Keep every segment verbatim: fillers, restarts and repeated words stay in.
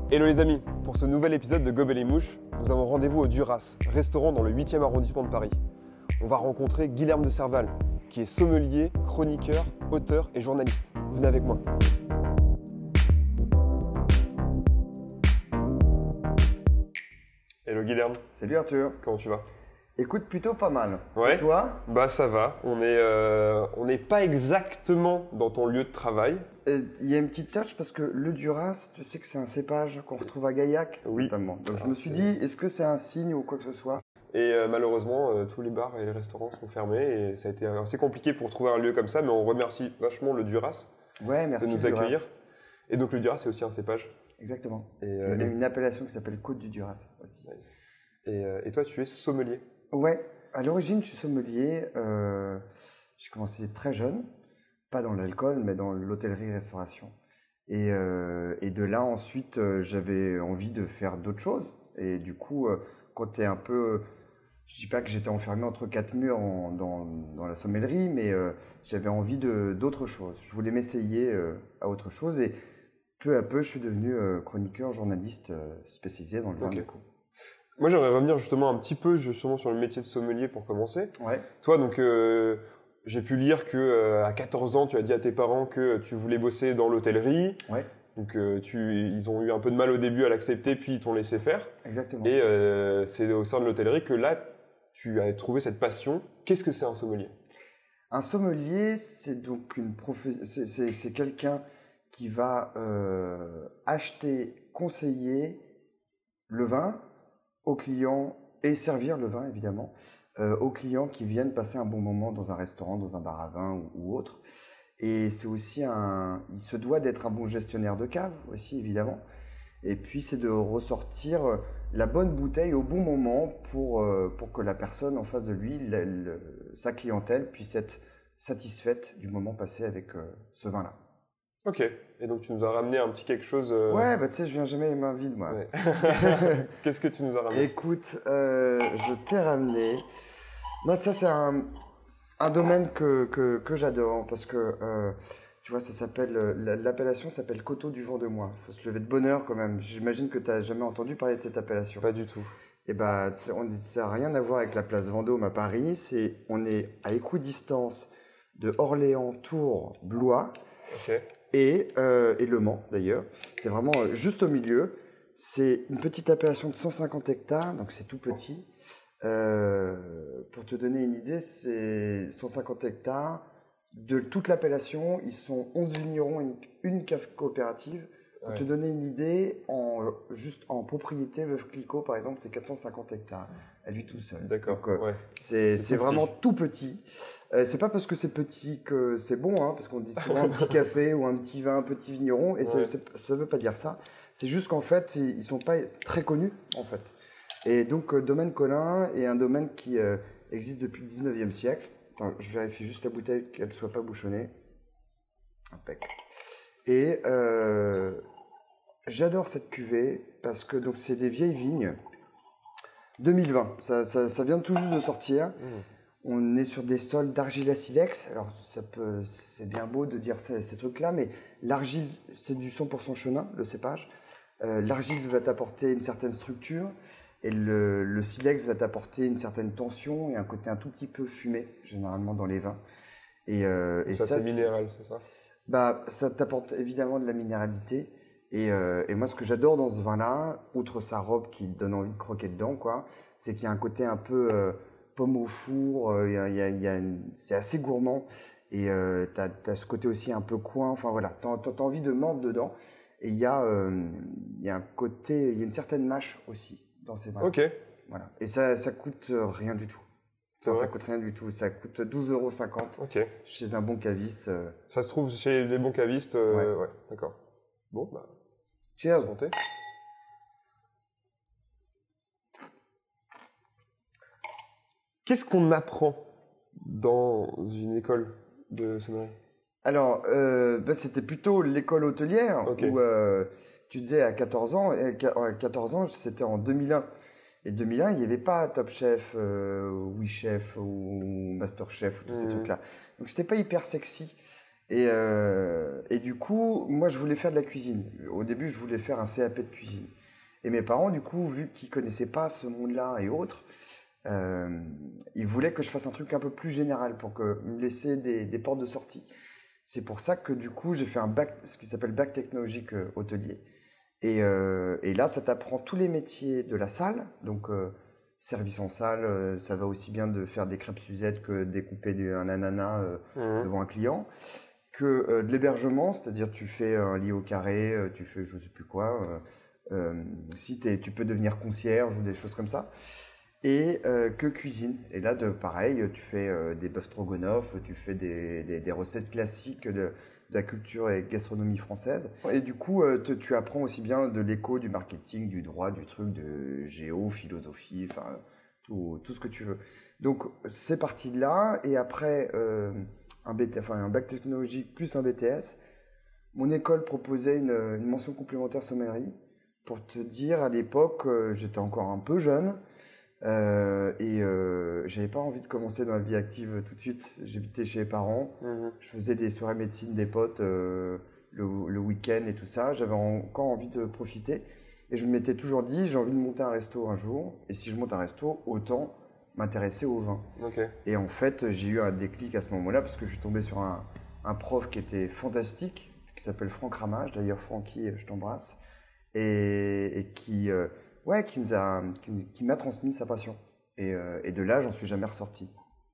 Hello les amis, pour ce nouvel épisode de Gobel et Mouche, nous avons rendez-vous au Duras, restaurant dans le huitième arrondissement de Paris. On va rencontrer Guilherme de Serval, qui est sommelier, chroniqueur, auteur et journaliste. Venez avec moi. Hello Guilherme. Salut Arthur. Comment tu vas? Écoute, plutôt pas mal. Ouais. Et toi? Bah ça va, on est, euh, on n'est pas exactement dans ton lieu de travail. Il y a une petite touch parce que le Duras, tu sais que c'est un cépage qu'on retrouve à Gaillac, oui. notamment. Donc Alors, je me suis c'est... dit, est-ce que c'est un signe ou quoi que ce soit? Et euh, malheureusement, euh, tous les bars et les restaurants sont fermés et ça a été assez compliqué pour trouver un lieu comme ça, mais on remercie vachement le Duras ouais, merci, de nous Duras. accueillir. Et donc le Duras, c'est aussi un cépage. Exactement. Et, Il y a euh, même et... une appellation qui s'appelle Côte du Duras aussi. Nice. Et, euh, et toi, tu es sommelier? Ouais, à l'origine, je suis sommelier. Euh, j'ai commencé très jeune, pas dans l'alcool, mais dans l'hôtellerie-restauration. Et, euh, et de là, ensuite, euh, j'avais envie de faire d'autres choses. Et du coup, euh, quand tu es un peu... Je dis pas que j'étais enfermé entre quatre murs en, dans, dans la sommellerie, mais euh, j'avais envie de, d'autres choses. Je voulais m'essayer euh, à autre chose. Et peu à peu, je suis devenu euh, chroniqueur, journaliste euh, spécialisé dans le vin. Okay. Du coup. Moi, j'aimerais revenir justement un petit peu justement sur le métier de sommelier pour commencer. Ouais. Toi, donc, euh, j'ai pu lire que euh, à quatorze ans, tu as dit à tes parents que tu voulais bosser dans l'hôtellerie. Ouais. Donc, euh, tu, ils ont eu un peu de mal au début à l'accepter, puis ils t'ont laissé faire. Exactement. Et euh, c'est au sein de l'hôtellerie que là, tu as trouvé cette passion. Qu'est-ce que c'est un sommelier? Un sommelier, c'est donc une prof... c'est, c'est, c'est quelqu'un qui va euh, acheter, conseiller le vin aux clients et servir le vin, évidemment, euh, aux clients qui viennent passer un bon moment dans un restaurant, dans un bar à vin ou, ou autre. Et c'est aussi un... Il se doit d'être un bon gestionnaire de cave aussi, évidemment. Et puis, c'est de ressortir la bonne bouteille au bon moment pour, euh, pour que la personne en face de lui, la, la, sa clientèle, puisse être satisfaite du moment passé avec euh, ce vin-là. Ok. Et donc, tu nous as ramené un petit quelque chose… Euh... Ouais, bah tu sais, je viens jamais les mains vides, moi. Ouais. Qu'est-ce que tu nous as ramené? Écoute, euh, je t'ai ramené… Moi, ça, c'est un, un domaine que, que, que j'adore parce que… Euh, Tu vois, ça s'appelle, l'appellation s'appelle Coteaux du Vent de Moi. Il faut se lever de bonne heure quand même. J'imagine que tu n'as jamais entendu parler de cette appellation. Pas du tout. Et bah, on, ça n'a rien à voir avec la place Vendôme à Paris. C'est, on est à équidistance de Orléans, Tours, Blois okay. et, euh, et Le Mans d'ailleurs. C'est vraiment juste au milieu. C'est une petite appellation de cent cinquante hectares, donc c'est tout petit. Euh, pour te donner une idée, c'est cent cinquante hectares. De toute l'appellation, ils sont onze vignerons et une, une cave coopérative. Pour ouais. te donner une idée, en, juste en propriété, Veuve Clicquot, par exemple, c'est quatre cent cinquante hectares, à lui tout seul. D'accord. Donc, euh, ouais. C'est, c'est, c'est vraiment tout petit. Euh, c'est pas parce que c'est petit que c'est bon, hein, parce qu'on dit souvent un petit café ou un petit vin, un petit vigneron, et ouais. c'est, c'est, ça veut pas dire ça. C'est juste qu'en fait, ils, ils sont pas très connus, en fait. Et donc, le domaine Collin est un domaine qui euh, existe depuis le dix-neuvième siècle. Attends, je vérifie juste la bouteille, qu'elle ne soit pas bouchonnée. Impec. Et euh, j'adore cette cuvée parce que donc, c'est des vieilles vignes. deux mille vingt, ça, ça, ça vient tout juste de sortir. Mmh. On est sur des sols d'argile à silex. Alors, ça peut, c'est bien beau de dire ces, ces trucs-là, mais l'argile, c'est du cent pour cent chenin, le cépage. Euh, l'argile va t'apporter une certaine structure. Et le, le silex va t'apporter une certaine tension et un côté un tout petit peu fumé, généralement dans les vins. Et, euh, et ça, ça, c'est minéral, c'est ça? Bah, ça t'apporte évidemment de la minéralité. Et, euh, et moi, ce que j'adore dans ce vin-là, outre sa robe qui donne envie de croquer dedans, quoi, c'est qu'il y a un côté un peu euh, pomme au four. Euh, y a, y a, y a une, c'est assez gourmand. Et euh, t'as, t'as ce côté aussi un peu coin. Enfin voilà, t'as, t'as envie de mordre dedans. Et il y a, euh, y a un côté, il y a une certaine mâche aussi dans ces vins. Ok. Voilà. Et ça, ça coûte rien du tout. C'est non, vrai ça coûte rien du tout. Ça coûte douze euros cinquante okay. chez un bon caviste. Euh... Ça se trouve chez les bons cavistes. Euh, ouais. ouais. D'accord. Bon, bah. Cheers. Santé. Qu'est-ce qu'on apprend dans une école de sommellerie? Alors, euh, bah, c'était plutôt l'école hôtelière okay. où euh, tu disais à quatorze ans, à quatorze ans, c'était en deux mille un. Et deux mille un, il n'y avait pas Top Chef, euh, Oui Chef ou Master Chef, ou tous mmh. ces trucs-là. Donc, c'était pas hyper sexy. Et, euh, et du coup, moi, je voulais faire de la cuisine. Au début, je voulais faire un C A P de cuisine. Et mes parents, du coup, vu qu'ils ne connaissaient pas ce monde-là et autres, euh, ils voulaient que je fasse un truc un peu plus général pour que, me laisser des, des portes de sortie. C'est pour ça que, du coup, j'ai fait un bac, ce qui s'appelle bac technologique euh, hôtelier. Et, euh, et là, ça t'apprend tous les métiers de la salle. Donc, euh, service en salle, euh, ça va aussi bien de faire des crêpes Suzette que découper du, un ananas euh, mmh. devant un client. Que euh, de l'hébergement, c'est-à-dire tu fais un lit au carré, euh, tu fais je sais plus quoi. Euh, euh, si t'es, tu peux devenir concierge ou des choses comme ça. Et euh, que cuisine. Et là, de pareil, tu fais euh, des bœufs stroganoff, tu fais des, des, des recettes classiques de, de la culture et gastronomie française. Et du coup, euh, te, tu apprends aussi bien de l'éco, du marketing, du droit, du truc, de géo, philosophie, enfin tout, tout ce que tu veux. Donc c'est parti de là. Et après, euh, un, B T, enfin, un bac technologique plus un B T S, mon école proposait une, une mention complémentaire sommellerie. Pour te dire, à l'époque, euh, j'étais encore un peu jeune. Euh, et euh, j'avais pas envie de commencer dans la vie active tout de suite. J'habitais chez les parents, mmh. je faisais des soirées médecine des potes euh, le, le week-end et tout ça. J'avais encore envie de profiter et je m'étais toujours dit j'ai envie de monter un resto un jour. Et si je monte un resto, autant m'intéresser au vin. Okay. Et en fait, j'ai eu un déclic à ce moment-là parce que je suis tombé sur un, un prof qui était fantastique, qui s'appelle Franck Ramage. D'ailleurs, Francky, je t'embrasse. Et, et qui euh, Ouais, qui, nous a, qui, qui m'a transmis sa passion. Et, euh, et de là, j'en suis jamais ressorti.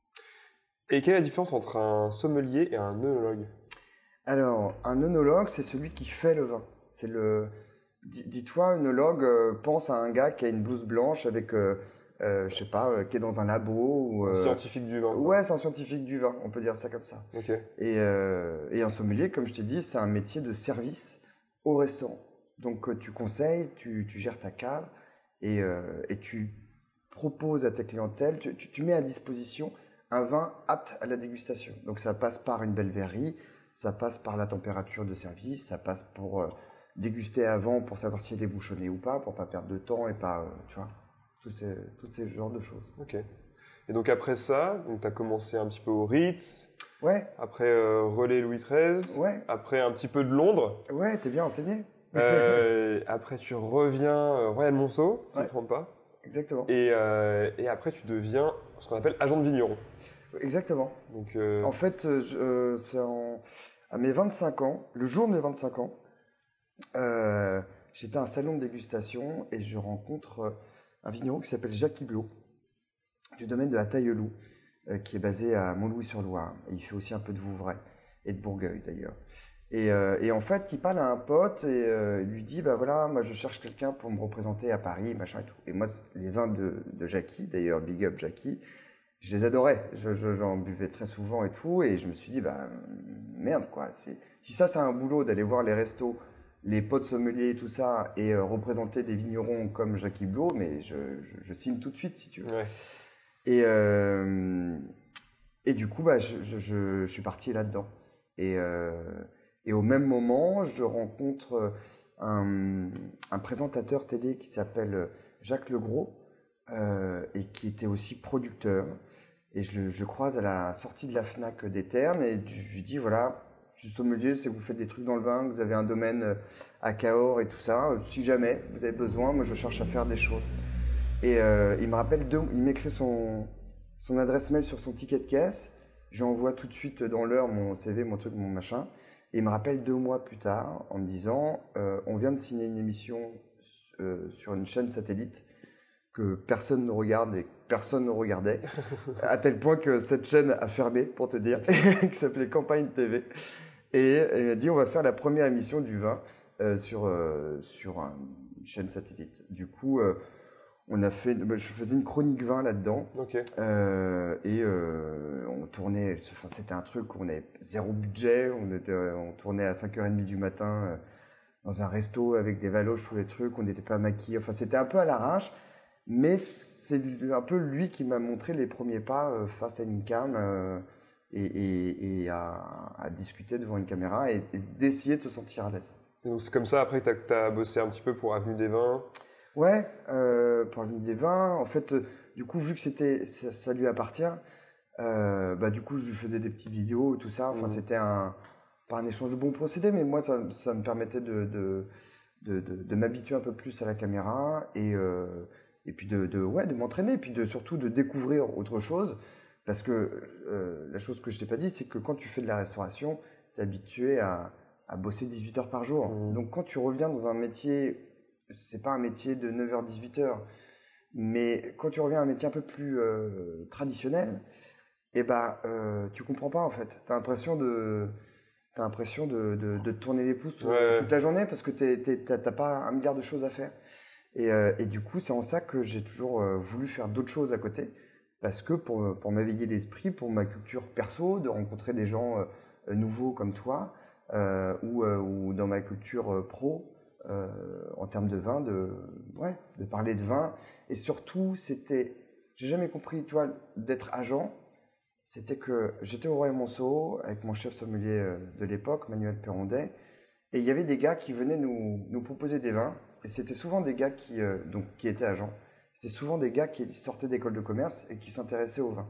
Et quelle est la différence entre un sommelier et un œnologue? Alors, un œnologue, c'est celui qui fait le vin. C'est le. Dis-toi, un œnologue, euh, pense à un gars qui a une blouse blanche avec, euh, euh, je sais pas, euh, qui est dans un labo. Ou, euh... Un scientifique du vin. Ouais, c'est un scientifique du vin, on peut dire ça comme ça. Okay. Et, euh, et un sommelier, comme je t'ai dit, c'est un métier de service au restaurant. Donc, tu conseilles, tu, tu gères ta cave. Et, euh, et tu proposes à ta clientèle, tu, tu, tu mets à disposition un vin apte à la dégustation. Donc ça passe par une belle verrerie, ça passe par la température de service, ça passe pour euh, déguster avant pour savoir s'il est bouchonné ou pas, pour pas perdre de temps et pas, euh, tu vois, tous ces, tous ces genres de choses. Ok. Et donc après ça, tu as commencé un petit peu au Ritz. Ouais. Après euh, Relais Louis treize. Ouais. Après un petit peu de Londres. Ouais, t'es bien enseigné. Euh, après, tu reviens euh, Royal Monceau, si ouais. je ne me trompe pas. Exactement. Et, euh, et après, tu deviens ce qu'on appelle agent de vigneron. Exactement. Donc, euh... En fait, euh, c'est en... à mes vingt-cinq ans, le jour de mes vingt-cinq ans, euh, j'étais à un salon de dégustation et je rencontre un vigneron qui s'appelle Jacques Iblot, du domaine de la Tailleloup, euh, qui est basé à Montlouis-sur-Loire. Et il fait aussi un peu de Vouvray et de Bourgueil d'ailleurs. Et, euh, et en fait, il parle à un pote et euh, il lui dit, bah voilà, moi je cherche quelqu'un pour me représenter à Paris, machin et tout. Et moi, les vins de, de Jackie, d'ailleurs, big up Jackie, je les adorais. Je, je, j'en buvais très souvent et tout. Et je me suis dit, bah merde quoi. C'est, si ça, c'est un boulot d'aller voir les restos, les potes sommeliers et tout ça, et euh, représenter des vignerons comme Jackie Iblot, mais je, je, je signe tout de suite si tu veux. Ouais. Et, euh, et du coup, bah, je, je, je, je suis parti là-dedans. Et... Euh, Et au même moment, je rencontre un, un présentateur télé qui s'appelle Jacques Legros euh, et qui était aussi producteur. Et je le je croise à la sortie de la Fnac d'Eterne et je lui dis, voilà, je suis sommelier, c'est que vous faites des trucs dans le vin, que vous avez un domaine à Cahors et tout ça. Si jamais vous avez besoin, moi je cherche à faire des choses. Et euh, il me rappelle, deux, il m'écrit son, son adresse mail sur son ticket de caisse. Je lui envoie tout de suite dans l'heure mon C V, mon truc, mon machin. Et il me rappelle deux mois plus tard en me disant euh, on vient de signer une émission euh, sur une chaîne satellite que personne ne regarde et que personne ne regardait, à tel point que cette chaîne a fermé, pour te dire, qui s'appelait Campagne T V. Et il m'a dit on va faire la première émission du vin euh, sur, euh, sur une chaîne satellite. Du coup, euh, on a fait, je faisais une chronique vin là-dedans. Okay. Euh, et euh, on tournait, enfin, c'était un truc où on avait zéro budget, on, était, on tournait à cinq heures trente du matin euh, dans un resto avec des valoches, tous les trucs, on n'était pas maquillés, enfin c'était un peu à l'arrache, mais c'est un peu lui qui m'a montré les premiers pas euh, face à une cam euh, et, et, et à, à discuter devant une caméra et, et d'essayer de se sentir à l'aise. Et donc c'est comme ça, après tu as bossé un petit peu pour Avenue des Vins. Ouais, euh, pour Avenue des Vins. En fait, euh, du coup, vu que c'était, ça, ça lui appartient, euh, bah du coup, je lui faisais des petites vidéos et tout ça. Enfin, mmh. c'était un, pas un échange de bons procédés, mais moi, ça, ça me permettait de, de, de, de, de m'habituer un peu plus à la caméra et, euh, et puis de, de, ouais, de m'entraîner, et puis de, surtout de découvrir autre chose. Parce que euh, la chose que je t'ai pas dit, c'est que quand tu fais de la restauration, tu es habitué à, à bosser dix-huit heures par jour. Mmh. Donc quand tu reviens dans un métier, c'est pas un métier de neuf heures dix-huit heures, mais quand tu reviens à un métier un peu plus euh, traditionnel, eh ben, euh, tu comprends pas en fait. Tu as l'impression de, t'as l'impression de, de, de tourner les pouces ouais. toute la journée parce que tu n'as pas un milliard de choses à faire. Et, euh, et du coup, c'est en ça que j'ai toujours euh, voulu faire d'autres choses à côté. Parce que pour, pour m'éveiller l'esprit, pour ma culture perso, de rencontrer des gens euh, nouveaux comme toi, euh, ou, euh, ou dans ma culture euh, pro, euh, en termes de vin, de, ouais, de parler de vin. Et surtout, c'était, j'ai jamais compris, toi, d'être agent, c'était que j'étais au Royaume-Monceau avec mon chef sommelier euh, de l'époque, Manuel Perrondet, et il y avait des gars qui venaient nous, nous proposer des vins, et c'était souvent des gars qui, euh, donc, qui étaient agents. C'était souvent des gars qui sortaient d'école de commerce et qui s'intéressaient au vin.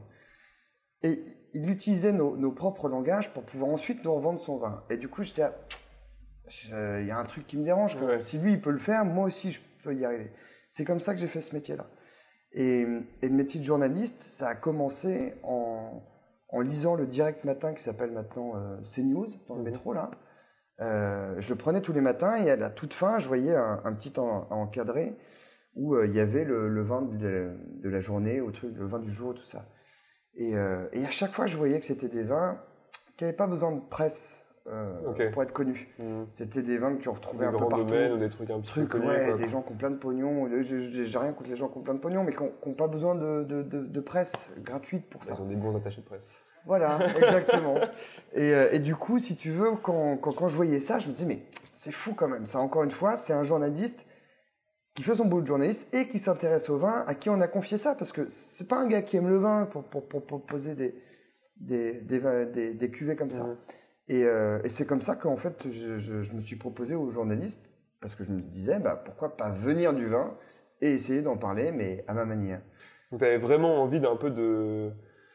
Et il utilisait nos, nos propres langages pour pouvoir ensuite nous revendre son vin. Et du coup, j'étais là, il y a un truc qui me dérange. Ouais. Si lui, il peut le faire, moi aussi, je peux y arriver. C'est comme ça que j'ai fait ce métier-là. Et, et le métier de journaliste, ça a commencé en, en lisant le Direct Matin qui s'appelle maintenant euh, CNews, dans le mmh. métro, là. Euh, je le prenais tous les matins et à la toute fin, je voyais un, un petit en, encadré où il euh, y avait le, le vin de, de la journée, au truc, le vin du jour, tout ça. Et, euh, et à chaque fois, je voyais que c'était des vins qui n'avaient pas besoin de presse euh, okay. pour être connus. Mmh. C'était des vins que tu retrouvais des un peu partout. Des ou des trucs un petit trucs, peu connus. Ouais, quoi. Des gens qui ont plein de pognon. J'ai rien contre les gens qui ont plein de pognon, mais qui n'ont pas besoin de, de, de, de presse gratuite pour ça. Ils ont des bons attachés de presse. Voilà, exactement. et, euh, et du coup, si tu veux, quand, quand, quand je voyais ça, je me disais, mais c'est fou quand même. Ça, encore une fois, c'est un journaliste qui fait son boulot de journaliste et qui s'intéresse au vin, à qui on a confié ça, parce que c'est pas un gars qui aime le vin pour, pour, pour, pour poser des, des, des, des, des cuvées comme ça. Mmh. Et, euh, et c'est comme ça qu'en fait, je, je, je me suis proposé au journalisme, parce que je me disais, bah, pourquoi pas venir du vin et essayer d'en parler, mais à ma manière. Donc tu avais vraiment envie d'un peu de...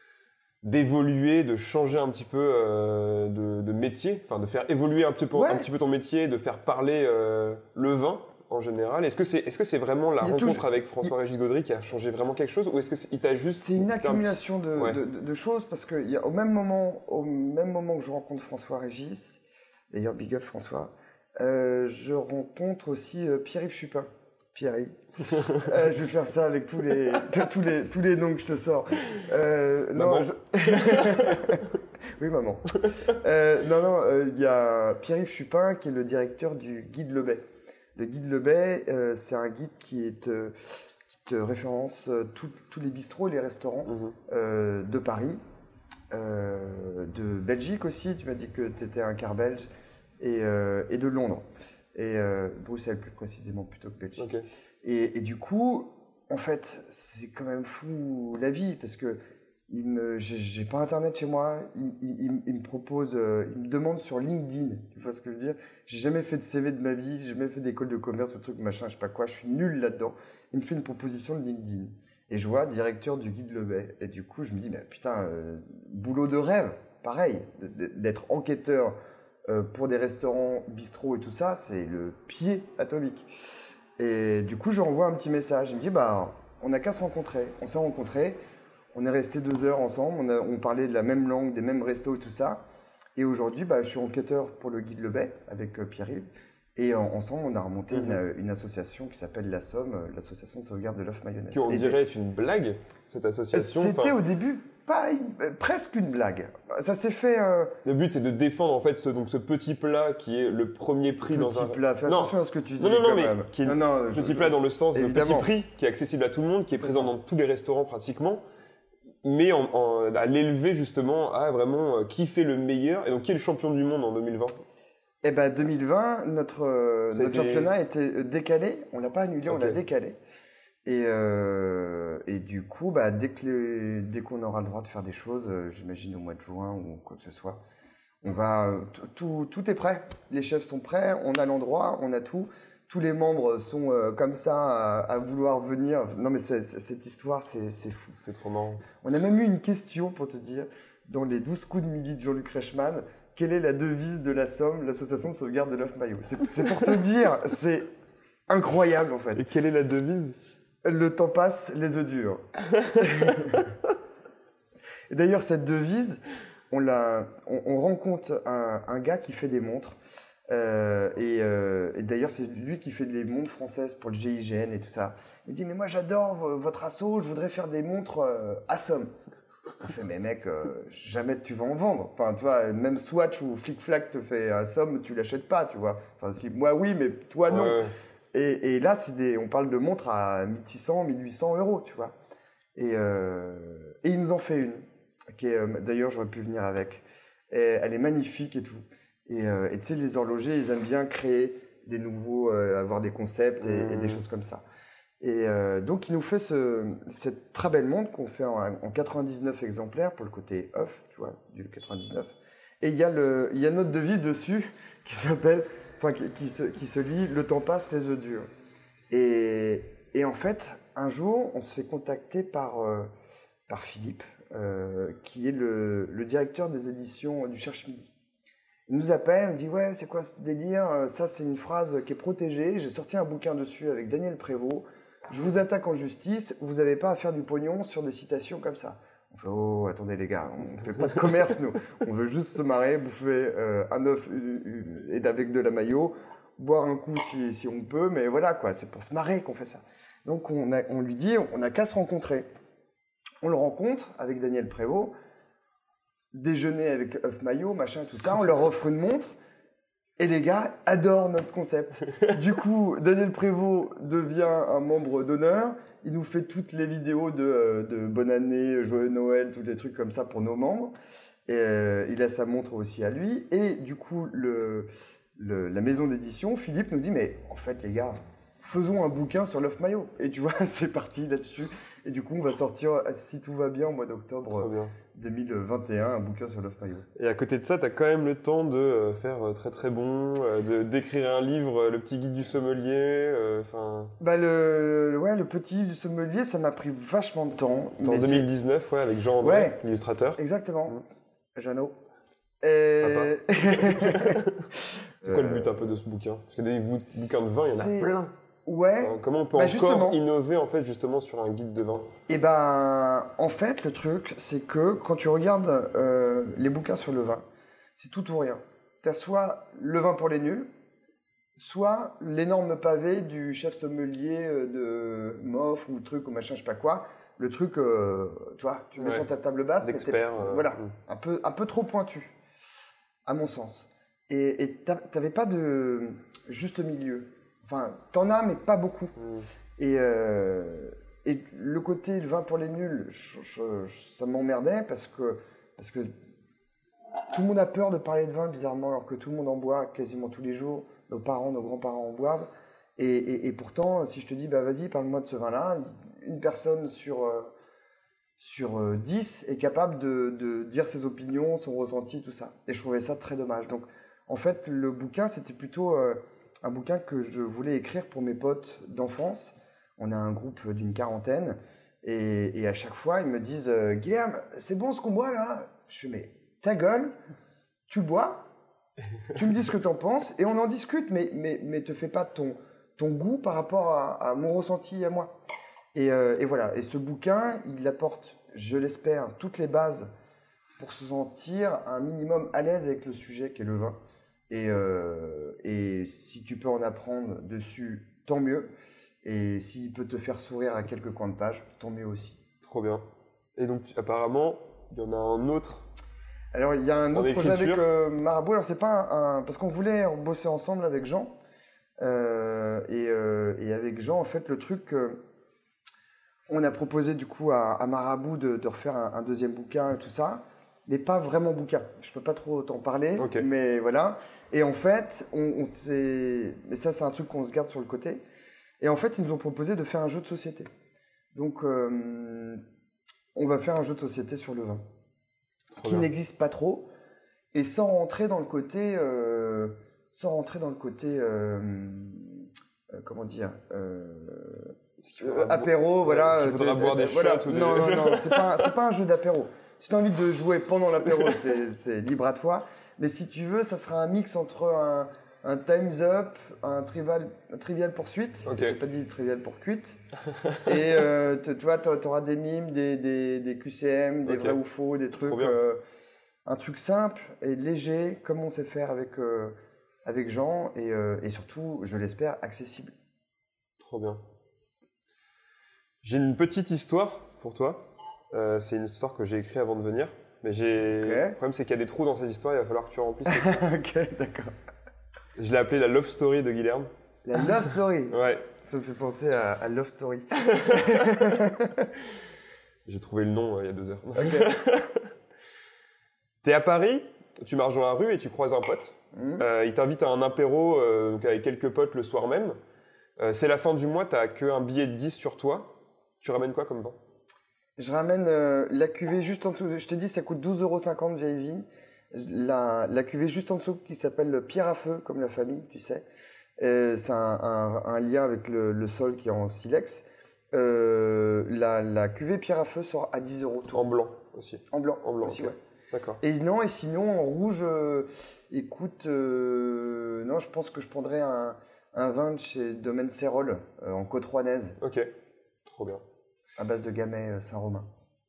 d'évoluer, de changer un petit peu euh, de, de métier, enfin de faire évoluer un petit peu, ouais. un petit peu ton métier, de faire parler euh, le vin en général. Est-ce que c'est est-ce que c'est vraiment la rencontre toujours... avec François-Régis Gaudry qui a changé vraiment quelque chose, ou est-ce que il t'a juste c'est une accumulation petit... de, ouais. de, de, de choses, parce que il y a, au même moment au même moment que je rencontre François-Régis, d'ailleurs big up François, euh, je rencontre aussi euh, Pierre-Yves Chupin. Pierre-Yves. euh, je vais faire ça avec tous les tous les tous les noms que je te sors. Euh, non, je... oui maman. Euh, non non, il euh, y a Pierre-Yves Chupin qui est le directeur du Guide Le Bay. Le Guide Le Bay, euh, c'est un guide qui, est, euh, qui te référence euh, tous les bistrots et les restaurants mmh. euh, de Paris, euh, de Belgique aussi. Tu m'as dit que tu étais un quart belge, et, euh, et de Londres. Et euh, Bruxelles plus précisément plutôt que Belgique. Okay. Et, et du coup, en fait, c'est quand même fou la vie, parce que il me, j'ai pas internet chez moi, il, il, il, il me propose, euh, il me demande sur LinkedIn, tu vois ce que je veux dire? J'ai jamais fait de C V de ma vie, j'ai jamais fait d'école de commerce, ou truc machin, je sais pas quoi, je suis nul là-dedans. Il me fait une proposition de LinkedIn. Et je vois directeur du Guide Le Bay. Et du coup, je me dis, bah, putain, euh, boulot de rêve, pareil, d'être enquêteur euh, pour des restaurants, bistrots et tout ça, c'est le pied atomique. Et du coup, je renvoie un petit message. Il me dit, bah, on n'a qu'à se rencontrer. On s'est rencontrés. On est restés deux heures ensemble, on, a, on parlait de la même langue, des mêmes restos et tout ça. Et aujourd'hui, bah, je suis enquêteur pour le Guide Le Bay avec euh, Pierre-Yves. Et en, ensemble, on a remonté mmh. une, une association qui s'appelle la Somme, euh, l'association de sauvegarde de l'œuf mayonnaise. Qui on dirait est une blague, cette association. C'était au début pas une, euh, presque une blague. Ça s'est fait. Euh... Le but, c'est de défendre en fait ce, donc, ce petit plat qui est le premier prix petit dans un. Petit plat. Fais non. attention à ce que tu dis. Non, non, non, quand mais même. qui est non, non, petit je, plat dans le sens de petit prix, qui est accessible à tout le monde, qui est, est présent ça. Dans tous les restaurants pratiquement. Mais en, en, à l'élever justement à vraiment euh, qui fait le meilleur. Et donc, qui est le champion du monde en deux mille vingt? Eh ben deux mille vingt, notre, euh, notre été... championnat a été décalé. On l'a pas annulé, okay. On l'a décalé. Et, euh, et du coup, bah, dès que les, dès qu'on aura le droit de faire des choses, euh, j'imagine au mois de juin ou quoi que ce soit, on va. Tout, tout est prêt. Les chefs sont prêts. On a l'endroit, on a tout. Tous les membres sont euh, comme ça à, à vouloir venir. Non mais c'est, c'est, cette histoire, c'est, c'est fou. C'est trop marrant. On a même eu une question, pour te dire, dans les douze coups de midi de Jean-Luc Reichmann, quelle est la devise de la Somme, l'association de sauvegarde de l'œuf maillot. C'est, c'est pour te dire, c'est incroyable en fait. Et quelle est la devise? Le temps passe, les œufs durs. Et d'ailleurs, cette devise, on, l'a, on, on rencontre un, un gars qui fait des montres. Euh, et, euh, et d'ailleurs, c'est lui qui fait des montres françaises pour le G I G N et tout ça. Il dit, mais moi j'adore votre asso, je voudrais faire des montres euh, à Somme. On fait, mais mec, euh, jamais tu vas en vendre. Enfin, tu vois, même Swatch ou Flic Flac te fait à Somme, tu l'achètes pas, tu vois. Enfin, si, moi oui, mais toi non. Ouais. Et, et là, c'est des, on parle de montres à mille six cents, mille huit cents euros, tu vois. Et, euh, et il nous en fait une, qui est, d'ailleurs, j'aurais pu venir avec. Et elle est magnifique et tout. Et euh, tu sais, les horlogers, ils aiment bien créer des nouveaux, euh, avoir des concepts et, mmh. et des choses comme ça. Et euh, donc, il nous fait ce, cette très belle montre qu'on fait en, en quatre-vingt-dix-neuf exemplaires pour le côté œuf, tu vois, du quatre-vingt-dix-neuf. Et il y a le, il y a notre devise dessus qui s'appelle, enfin, qui, qui, se, qui se lit « Le temps passe, les œufs durs ». Et, et en fait, un jour, on se fait contacter par, euh, par Philippe, euh, qui est le, le directeur des éditions du Cherche-Midi. Il nous appelle, il me dit « Ouais, c'est quoi ce délire? Ça, c'est une phrase qui est protégée. J'ai sorti un bouquin dessus avec Daniel Prévost. Je vous attaque en justice. Vous n'avez pas à faire du pognon sur des citations comme ça. » On fait « Oh, attendez les gars, on ne fait pas de commerce, nous. On veut juste se marrer, bouffer euh, un œuf et avec de la mayo, boire un coup si, si on peut. Mais voilà, quoi, c'est pour se marrer qu'on fait ça. » Donc, on, a, on lui dit « On n'a qu'à se rencontrer. » On le rencontre avec Daniel Prévost. Déjeuner avec œuf maillot, machin, tout ça, on leur offre une montre et les gars adorent notre concept. Du coup, Daniel Prévost devient un membre d'honneur, il nous fait toutes les vidéos de, de bonne année, joyeux Noël, tous les trucs comme ça pour nos membres. Et, euh, il a sa montre aussi à lui et du coup, le, le, la maison d'édition, Philippe nous dit, mais en fait les gars, faisons un bouquin sur l'œuf maillot. Et tu vois, c'est parti là-dessus. Et du coup, on va sortir, si tout va bien, au mois d'octobre deux mille vingt et un, un bouquin sur l'œuf maillot. Et à côté de ça, tu as quand même le temps de faire très très bon, de, d'écrire un livre, le petit guide du sommelier. Enfin. Euh, bah le, le, ouais, le petit guide du sommelier, ça m'a pris vachement de temps. En deux mille dix-neuf, ouais, avec Jean André, ouais, l'illustrateur. Exactement. Mmh. Jeannot. Et... C'est quoi le but un peu de ce bouquin? Parce que des bouquins de vin, il y en a c'est... plein. Ouais. Alors, comment on peut bah encore justement innover en fait justement sur un guide de vin? Eh ben, en fait, le truc, c'est que quand tu regardes euh, les bouquins sur le vin, c'est tout ou rien. Tu as soit le vin pour les nuls, soit l'énorme pavé du chef sommelier de M O F ou truc ou machin, je sais pas quoi. Le truc, euh, tu vois, tu mets ouais. sur ta table basse, d'expert. Euh, voilà, mmh. un peu, un peu trop pointu, à mon sens. Et tu n'avais pas de juste milieu. Enfin, t'en as, mais pas beaucoup. Mmh. Et, euh, et le côté le vin pour les nuls, je, je, ça m'emmerdait parce que, parce que tout le monde a peur de parler de vin, bizarrement, alors que tout le monde en boit quasiment tous les jours. Nos parents, nos grands-parents en boivent. Et, et, et pourtant, si je te dis, bah vas-y, parle-moi de ce vin-là, une personne sur, euh, sur euh, dix est capable de, de dire ses opinions, son ressenti, tout ça. Et je trouvais ça très dommage. Donc, en fait, le bouquin, c'était plutôt... Euh, un bouquin que je voulais écrire pour mes potes d'enfance. On a un groupe d'une quarantaine et, et à chaque fois, ils me disent euh, « Guillaume, c'est bon ce qu'on boit là ?» Je fais « Mais ta gueule, tu le bois, tu me dis ce que tu en penses et on en discute, mais, mais, mais te fais pas ton, ton goût par rapport à, à mon ressenti à moi. » et, euh, et voilà, et ce bouquin, il apporte, je l'espère, toutes les bases pour se sentir un minimum à l'aise avec le sujet qu'est le vin. Et, euh, et si tu peux en apprendre dessus, tant mieux. Et s'il peut te faire sourire à quelques coins de page, tant mieux aussi. Trop bien. Et donc, apparemment, il y en a un autre. Alors, il y a un autre projet avec euh, Marabout. Alors, c'est pas un, un... Parce qu'on voulait bosser ensemble avec Jean. Euh, et, euh, et avec Jean, en fait, le truc... Euh, on a proposé, du coup, à, à Marabout de, de refaire un, un deuxième bouquin et tout ça. Mais pas vraiment bouquin. Je peux pas trop t'en parler. Okay. Mais voilà. Et en fait, on, on s'est... Mais ça, c'est un truc qu'on se garde sur le côté. Et en fait, ils nous ont proposé de faire un jeu de société. Donc, euh, on va faire un jeu de société sur le vin. Trop qui bien. N'existe pas trop. Et sans rentrer dans le côté... Euh, sans rentrer dans le côté... Euh, euh, comment dire euh, euh, apéro, ouais, voilà. Il faudra de, boire de, des voilà. shots ou des... Non, non, non. C'est pas, c'est pas un jeu d'apéro. Si tu as envie de jouer pendant l'apéro, c'est, c'est libre à toi. Mais si tu veux, ça sera un mix entre un, un Time's Up, un Trivial, un trivial Poursuite. Ok. J'ai pas dit Trivial pour cuite. Et euh, tu vois, tu auras des mimes, des, des, des Q C M, des Ok. vrais ou faux, des trucs. bien. Euh, un truc simple et léger, comme on sait faire avec, euh, avec Jean. Et, euh, et surtout, je l'espère, accessible. Trop bien. J'ai une petite histoire pour toi. Euh, c'est une histoire que j'ai écrite avant de venir. Mais j'ai... Ok. le problème, c'est qu'il y a des trous dans cette histoire, il va falloir que tu remplisses ces trous. Ok, d'accord. Je l'ai appelée la Love Story de Guilherme. La Love Story. Ouais. Ça me fait penser à, à Love Story. J'ai trouvé le nom euh, il y a deux heures. Ok. T'es à Paris, tu marches dans la rue et tu croises un pote. Mmh. Euh, il t'invite à un apéro euh, donc avec quelques potes le soir même. Euh, c'est la fin du mois, t'as qu'un billet de dix sur toi. Tu ramènes quoi comme vin? Je ramène euh, la cuvée juste en dessous. Je t'ai dit, ça coûte douze euros cinquante vieille vigne. La, la cuvée juste en dessous qui s'appelle le Pierre à Feu, comme la famille, tu sais. Euh, c'est un, un, un lien avec le, le sol qui est en silex. Euh, la, la cuvée Pierre à Feu sort à dix euros tout. En blanc aussi. En blanc. En blanc, aussi, ok. ouais. D'accord. Et non, et sinon, en rouge, euh, écoute, euh, non, je pense que je prendrais un, un vin de chez Domaine Cérol, euh, en côte rouennaise, Ok, trop bien. à base de Gamay euh, Saint-Romain.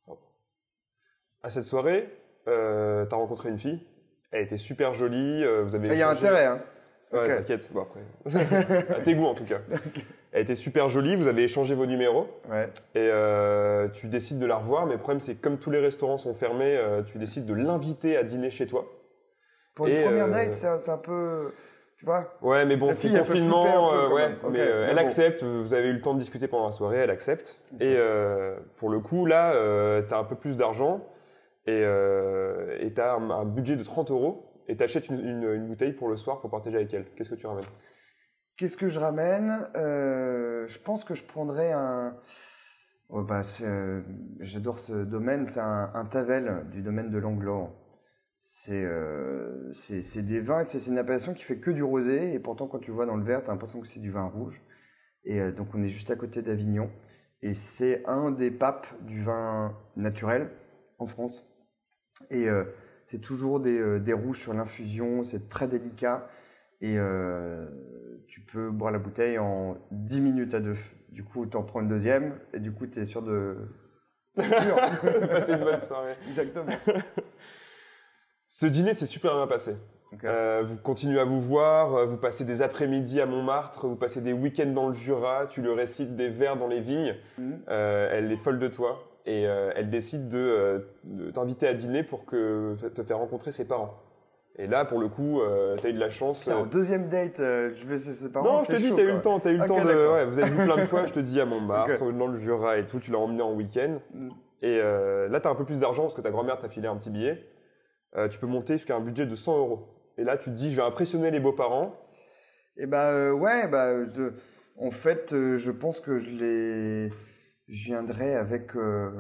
À cette soirée, euh, t'as rencontré une fille. Elle était super jolie. euh, vous avez Il y a échangé- intérêt, hein. Ouais, Ok. t'inquiète. Bon, après. À tes goûts en tout cas. Elle était super jolie. Vous avez échangé vos numéros. Ouais. Et euh, tu décides de la revoir. Mais le problème, c'est que comme tous les restaurants sont fermés, euh, tu décides de l'inviter à dîner chez toi. Pour une Et, première euh, date, c'est un, c'est un peu, tu vois. Ouais, mais bon, La c'est fille, elle peut confinement. flipper un peu, euh, quand ouais, même. Ok, mais euh, mais elle bon. accepte. Vous avez eu le temps de discuter pendant la soirée. Elle accepte. Ok. Et euh, pour le coup, là, euh, t'as un peu plus d'argent. Et euh, et t'as un, un budget de trente euros. Et t'achètes une, une, une bouteille pour le soir pour partager avec elle. Qu'est-ce que tu ramènes? Qu'est-ce que je ramène? Euh, Je pense que je prendrais un. Oh, bah, c'est, euh, j'adore ce domaine, c'est un, un Tavel du domaine de Langlore. C'est euh, c'est c'est des vins, c'est c'est une appellation qui fait que du rosé, et pourtant quand tu vois dans le verre, tu as l'impression que c'est du vin rouge. Et euh, donc on est juste à côté d'Avignon, et c'est un des papes du vin naturel en France. Et euh, c'est toujours des, euh, des rouges sur l'infusion, c'est très délicat, et euh, tu peux boire la bouteille en dix minutes à deux. Du coup, tu en prends une deuxième, et du coup, tu es sûr de... De passer une bonne soirée. Exactement. Ce dîner s'est super bien passé. Ok. Euh, vous continuez à vous voir, euh, vous passez des après-midi à Montmartre, vous passez des week-ends dans le Jura, tu lui récites des vers dans les vignes. Mhm. Euh, elle est folle de toi et euh, elle décide de, euh, de t'inviter à dîner pour que, te faire rencontrer ses parents. Et là, pour le coup, euh, tu as eu de la chance. Tiens, euh, en deuxième date, euh, je vais chez ses parents. Non, je te c'est dis, chaud, tu as eu quoi. le temps, tu as eu le Ok, temps de. d'accord. Ouais, vous avez vu plein de fois, je te dis à Montmartre, Ok. dans le Jura et tout, tu l'as emmené en week-end. Mm. Et euh, là, tu as un peu plus d'argent parce que ta grand-mère t'a filé un petit billet. Euh, tu peux monter jusqu'à un budget de cent euros. Et là, tu te dis, je vais impressionner les beaux-parents. Et bah euh, ouais, bah je- en fait, euh, je pense que je les, je viendrai avec, euh,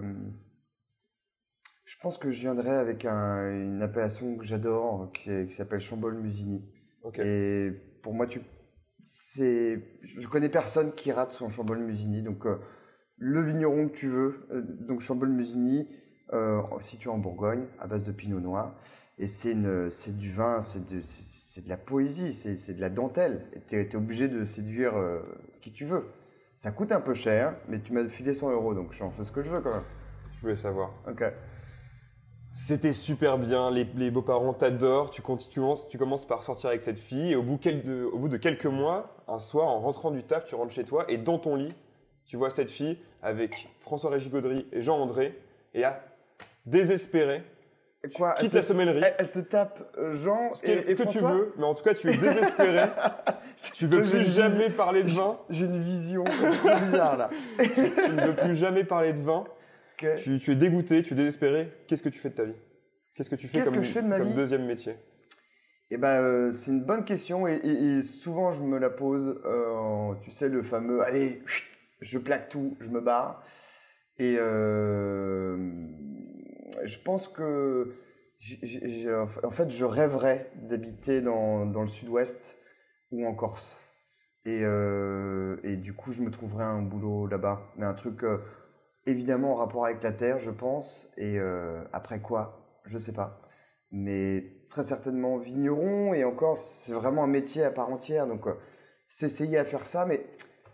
je pense que je viendrai avec un- une appellation que j'adore, qui, est- qui s'appelle Chambol-Musigny. Ok. Et pour moi, tu, c'est, je connais personne qui rate son Chambol-Musigny, donc euh, le vigneron que tu veux, euh, donc Chambol-Musigny, euh, situé en Bourgogne, à base de Pinot Noir. Et c'est une, c'est du vin, c'est de, c'est, c'est de la poésie, c'est, c'est de la dentelle. Et tu es obligé de séduire euh, qui tu veux. Ça coûte un peu cher, mais tu m'as filé cent euros, donc j'en fais ce que je veux quand même. Je voulais savoir. Ok. C'était super bien, les, les beaux-parents t'adorent, tu, conti- tu commences, tu commences par sortir avec cette fille et au bout, quel- de, au bout de quelques mois, un soir, en rentrant du taf, tu rentres chez toi et dans ton lit, tu vois cette fille avec François-Régis Gaudry et Jean-André et à désespéré, Quoi, quitte elle la se, sommellerie, elle, elle se tape euh, Jean ce et, qu'elle- et que tu François. veux, mais en tout cas tu es désespéré, tu veux J'ai plus une jamais vision. parler de vin, J'ai une vision trop bizarre là. tu ne veux plus jamais parler de vin, Ok. tu, tu es dégoûté, tu es désespéré, qu'est-ce que tu fais de ta vie? Qu'est-ce que tu fais Qu'est-ce comme, que je fais de ma comme vie deuxième métier? Eh ben, euh, c'est une bonne question et, et- et souvent je me la pose. euh, en- tu sais, le fameux allez, je plaque tout, je me barre. Et euh, je pense que j'ai- j'ai- j'ai- en fait, je rêverais d'habiter dans, dans le sud-ouest ou en Corse. Et, euh, et du coup, je me trouverais un boulot là-bas, mais un truc euh, évidemment en rapport avec la terre, je pense. Et euh, après quoi, je sais pas. Mais très certainement vigneron. Et encore, c'est vraiment un métier à part entière. Donc, euh, s'essayer à faire ça, mais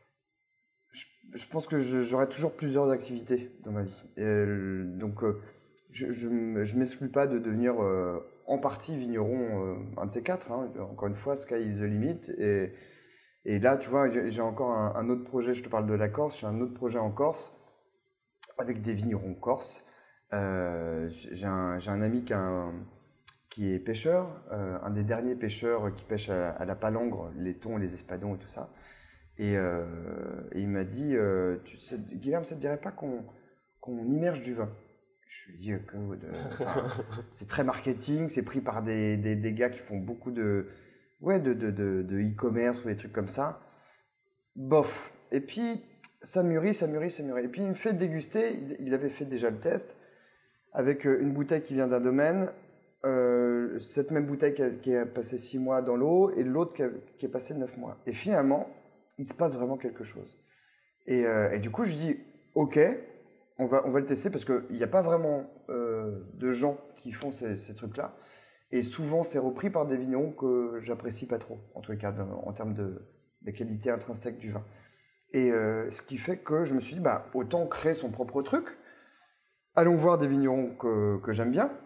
je, je pense que je, j'aurai toujours plusieurs activités dans ma vie. Et, euh, donc, euh, je ne m'exclus pas de devenir euh, en partie vigneron, euh, un de ces quatre. Hein. Encore une fois, sky is the limit. Et, et là, tu vois, j'ai encore un, un autre projet. Je te parle de la Corse. J'ai un autre projet en Corse avec des vignerons corses. Euh, j'ai un, j'ai un ami qui, a un, qui est pêcheur, euh, un des derniers pêcheurs qui pêche à, à la palangre, les thons, les espadons et tout ça. Et, euh, et il m'a dit, euh, tu sais, Guilherme, ça ne te dirait pas qu'on qu'on immerge du vin? Je lui ai dit, euh, enfin, c'est très marketing, c'est pris par des, des, des gars qui font beaucoup de ouais, de, de, de, de e-commerce ou des trucs comme ça. Bof. Et puis, ça mûrit, ça mûrit, ça mûrit. Et puis, il me fait déguster, il, il avait fait déjà le test, avec une bouteille qui vient d'un domaine, euh, cette même bouteille qui a, qui a passé six mois dans l'eau, et l'autre qui, qui est passé neuf mois. Et finalement, il se passe vraiment quelque chose. Et, euh, et du coup, je dis, ok, on va, on va le tester, parce qu'il n'y a pas vraiment euh, de gens qui font ces, ces trucs-là. Et souvent, c'est repris par des vignerons que j'apprécie pas trop, en tout cas, de, en termes de, de qualité intrinsèque du vin. Et euh, ce qui fait que je me suis dit, bah, autant créer son propre truc. Allons voir des vignerons que, que j'aime bien.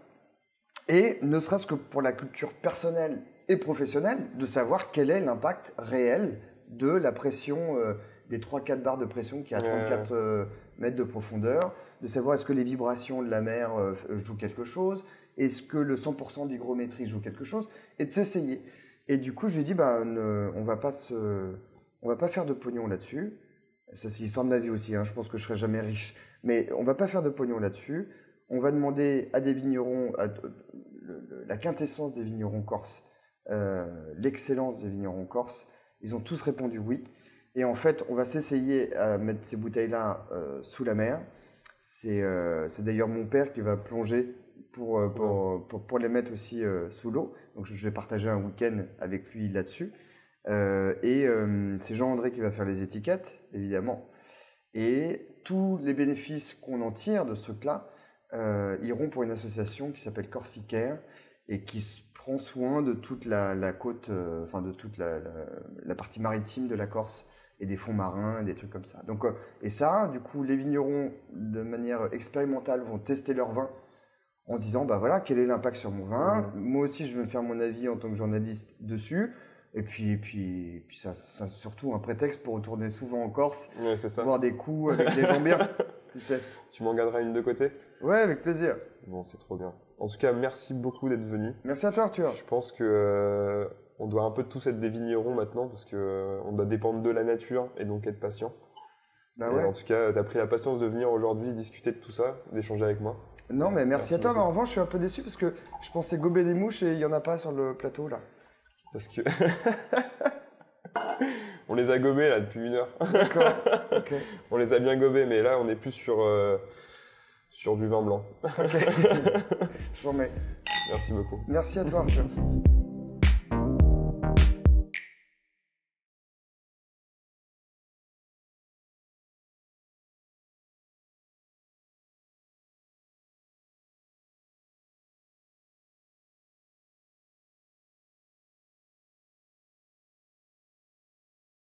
Et ne serait-ce que pour la culture personnelle et professionnelle, de savoir quel est l'impact réel de la pression, euh, des trois quatre bars de pression qui est à trente-quatre euh, mètres de profondeur, de savoir est-ce que les vibrations de la mer euh, jouent quelque chose, est-ce que le cent pour cent d'hygrométrie joue quelque chose, et de s'essayer. Et du coup, je lui ai dit, bah, ne, on va pas se... On va pas faire de pognon là-dessus. Ça, c'est l'histoire de ma vie aussi. Hein. Je pense que je serai jamais riche. Mais on va pas faire de pognon là-dessus. On va demander à des vignerons, à, le, le, la quintessence des vignerons corses, euh, l'excellence des vignerons corses. Ils ont tous répondu oui. Et en fait, on va s'essayer à mettre ces bouteilles-là euh, sous la mer. C'est euh, d'ailleurs mon père qui va plonger pour, euh, pour, pour, pour les mettre aussi euh, sous l'eau. Donc, je vais partager un week-end avec lui là-dessus. Euh, et euh, c'est Jean-André qui va faire les étiquettes, évidemment. Et tous les bénéfices qu'on en tire de ce truc-là euh, iront pour une association qui s'appelle Corsicaire et qui prend soin de toute la, la côte, euh, enfin de toute la, la, la partie maritime de la Corse et des fonds marins et des trucs comme ça. Donc, euh, et ça, du coup, les vignerons, de manière expérimentale, vont tester leur vin en se disant, bah voilà, quel est l'impact sur mon vin? Mmh. Moi aussi, je vais me faire mon avis en tant que journaliste dessus. Et puis, et puis, et puis ça, ça surtout un prétexte pour retourner souvent en Corse, ouais, c'est ça. Boire des coups avec des gens bien. Tu sais. Tu m'en garderas une de côté? Ouais, avec plaisir. Bon, c'est trop bien. En tout cas, merci beaucoup d'être venu. Merci à toi, Arthur. Je pense que euh, on doit un peu tous être des vignerons maintenant parce que euh, on doit dépendre de la nature et donc être patient. Bah ouais. Et en tout cas, tu as pris la patience de venir aujourd'hui discuter de tout ça, d'échanger avec moi. Non, mais merci, merci à toi. Mais en revanche, je suis un peu déçu parce que je pensais gober des mouches et il n'y en a pas sur le plateau là. Parce que on les a gobés là depuis une heure. D'accord. Okay. On les a bien gobés, mais là on est plus sur euh, sur du vin blanc. Ok. Je vous remets. Merci beaucoup. Merci à toi, Arthur.